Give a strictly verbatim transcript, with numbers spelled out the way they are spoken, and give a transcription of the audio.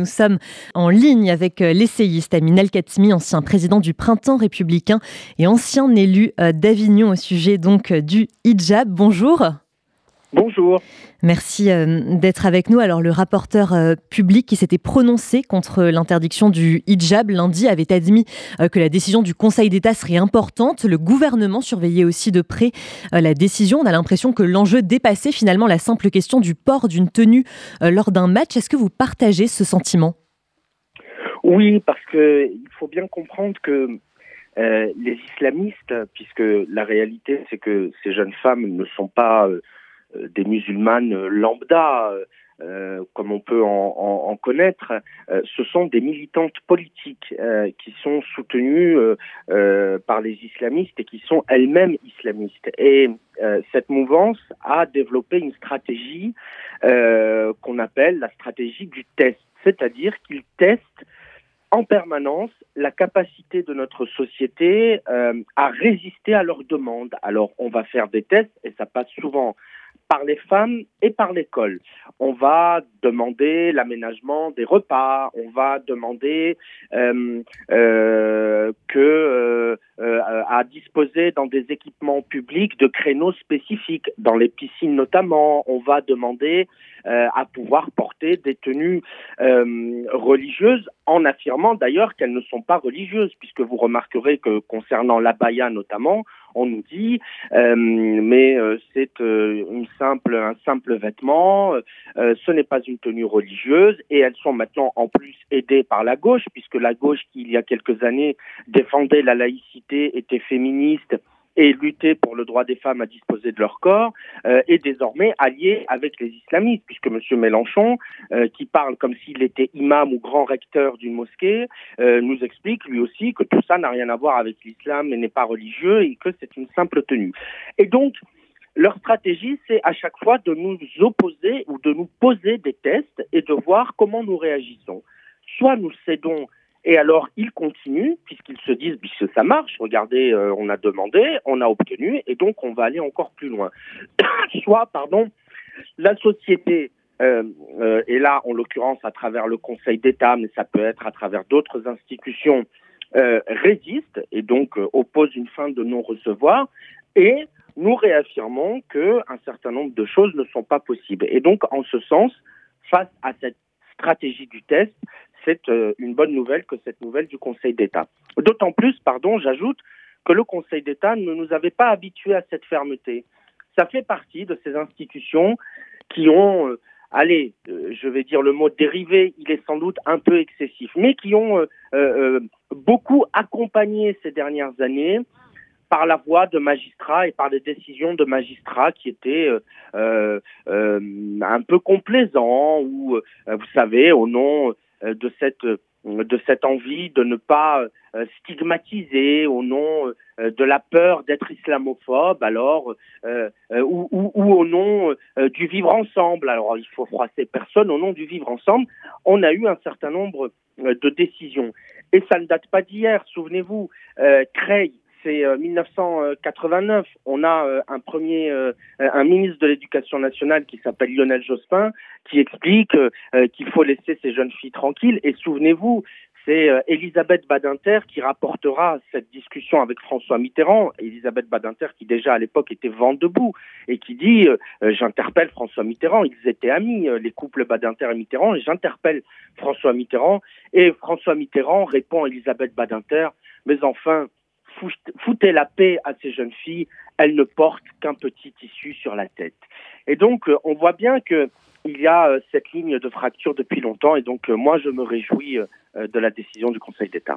nous sommes en ligne avec l'essayiste Amin El-Khatmi, ancien président du Printemps républicain et ancien élu d'Avignon au sujet donc du hijab. Bonjour. Bonjour. Merci d'être avec nous. Alors, le rapporteur public qui s'était prononcé contre l'interdiction du hijab lundi avait admis que la décision du Conseil d'État serait importante. Le gouvernement surveillait aussi de près la décision. On a l'impression que l'enjeu dépassait finalement la simple question du port d'une tenue lors d'un match. Est-ce que vous partagez ce sentiment ? Oui, parce qu'il faut bien comprendre que euh, les islamistes, puisque la réalité c'est que ces jeunes femmes ne sont pas euh, des musulmanes lambda, euh, comme on peut en, en, en connaître, euh, ce sont des militantes politiques euh, qui sont soutenues euh, euh, par les islamistes et qui sont elles-mêmes islamistes. Et euh, cette mouvance a développé une stratégie euh, qu'on appelle la stratégie du test, c'est-à-dire qu'ils testent en permanence la capacité de notre société euh, à résister à leurs demandes. Alors, on va faire des tests, et ça passe souvent par les femmes et par l'école. On va demander l'aménagement des repas, on va demander euh, euh, que euh, euh, à disposer dans des équipements publics de créneaux spécifiques, dans les piscines notamment. On va demander euh, à pouvoir porter des tenues euh, religieuses, en affirmant d'ailleurs qu'elles ne sont pas religieuses, puisque vous remarquerez que concernant l'abaya notamment, on nous dit euh, mais euh, c'est euh, une simple, un simple vêtement, euh, ce n'est pas une tenue religieuse, et elles sont maintenant en plus aidées par la gauche, puisque la gauche qui il y a quelques années défendait la laïcité, était féministe et luttait pour le droit des femmes à disposer de leur corps, euh, est désormais alliée avec les islamistes, puisque M. Mélenchon, euh, qui parle comme s'il était imam ou grand recteur d'une mosquée, euh, nous explique lui aussi que tout ça n'a rien à voir avec l'islam et n'est pas religieux et que c'est une simple tenue. Et donc, leur stratégie, c'est à chaque fois de nous opposer ou de nous poser des tests et de voir comment nous réagissons. Soit nous cédons, et alors ils continuent, puisqu'ils se disent puisque ça marche, regardez, euh, on a demandé, on a obtenu, et donc on va aller encore plus loin. Soit, pardon, la société, euh, euh, et là en l'occurrence à travers le Conseil d'État, mais ça peut être à travers d'autres institutions, euh, résiste et donc euh, oppose une fin de non-recevoir, et nous réaffirmons qu'un certain nombre de choses ne sont pas possibles. Et donc, en ce sens, face à cette stratégie du test, c'est euh, une bonne nouvelle que cette nouvelle du Conseil d'État. D'autant plus, pardon, j'ajoute, que le Conseil d'État ne nous avait pas habitués à cette fermeté. Ça fait partie de ces institutions qui ont, euh, allez, euh, je vais dire le mot dérivé, il est sans doute un peu excessif, mais qui ont euh, euh, beaucoup accompagné ces dernières années par la voix de magistrats et par des décisions de magistrats qui étaient euh, euh, un peu complaisants, ou, euh, vous savez, au nom euh, de cette de cette envie de ne pas euh, stigmatiser, au nom euh, de la peur d'être islamophobe, alors euh, euh, ou, ou, ou au nom euh, du vivre ensemble. Alors il faut froisser personne, au nom du vivre ensemble, on a eu un certain nombre euh, de décisions. Et ça ne date pas d'hier, souvenez-vous, euh, Creil, c'est euh, mille neuf cent quatre-vingt-neuf. On a euh, un premier, euh, un ministre de l'Éducation nationale qui s'appelle Lionel Jospin, qui explique euh, qu'il faut laisser ces jeunes filles tranquilles. Et souvenez-vous, c'est euh, Elisabeth Badinter qui rapportera cette discussion avec François Mitterrand. Elisabeth Badinter qui déjà à l'époque était vent debout et qui dit euh, « J'interpelle François Mitterrand ». Ils étaient amis, euh, les couples Badinter et Mitterrand, et j'interpelle François Mitterrand. Et François Mitterrand répond à Elisabeth Badinter « Mais enfin, foutez la paix à ces jeunes filles, elles ne portent qu'un petit tissu sur la tête ». Et donc, euh, on voit bien que il y a euh, cette ligne de fracture depuis longtemps, et donc euh, moi je me réjouis euh, de la décision du Conseil d'État.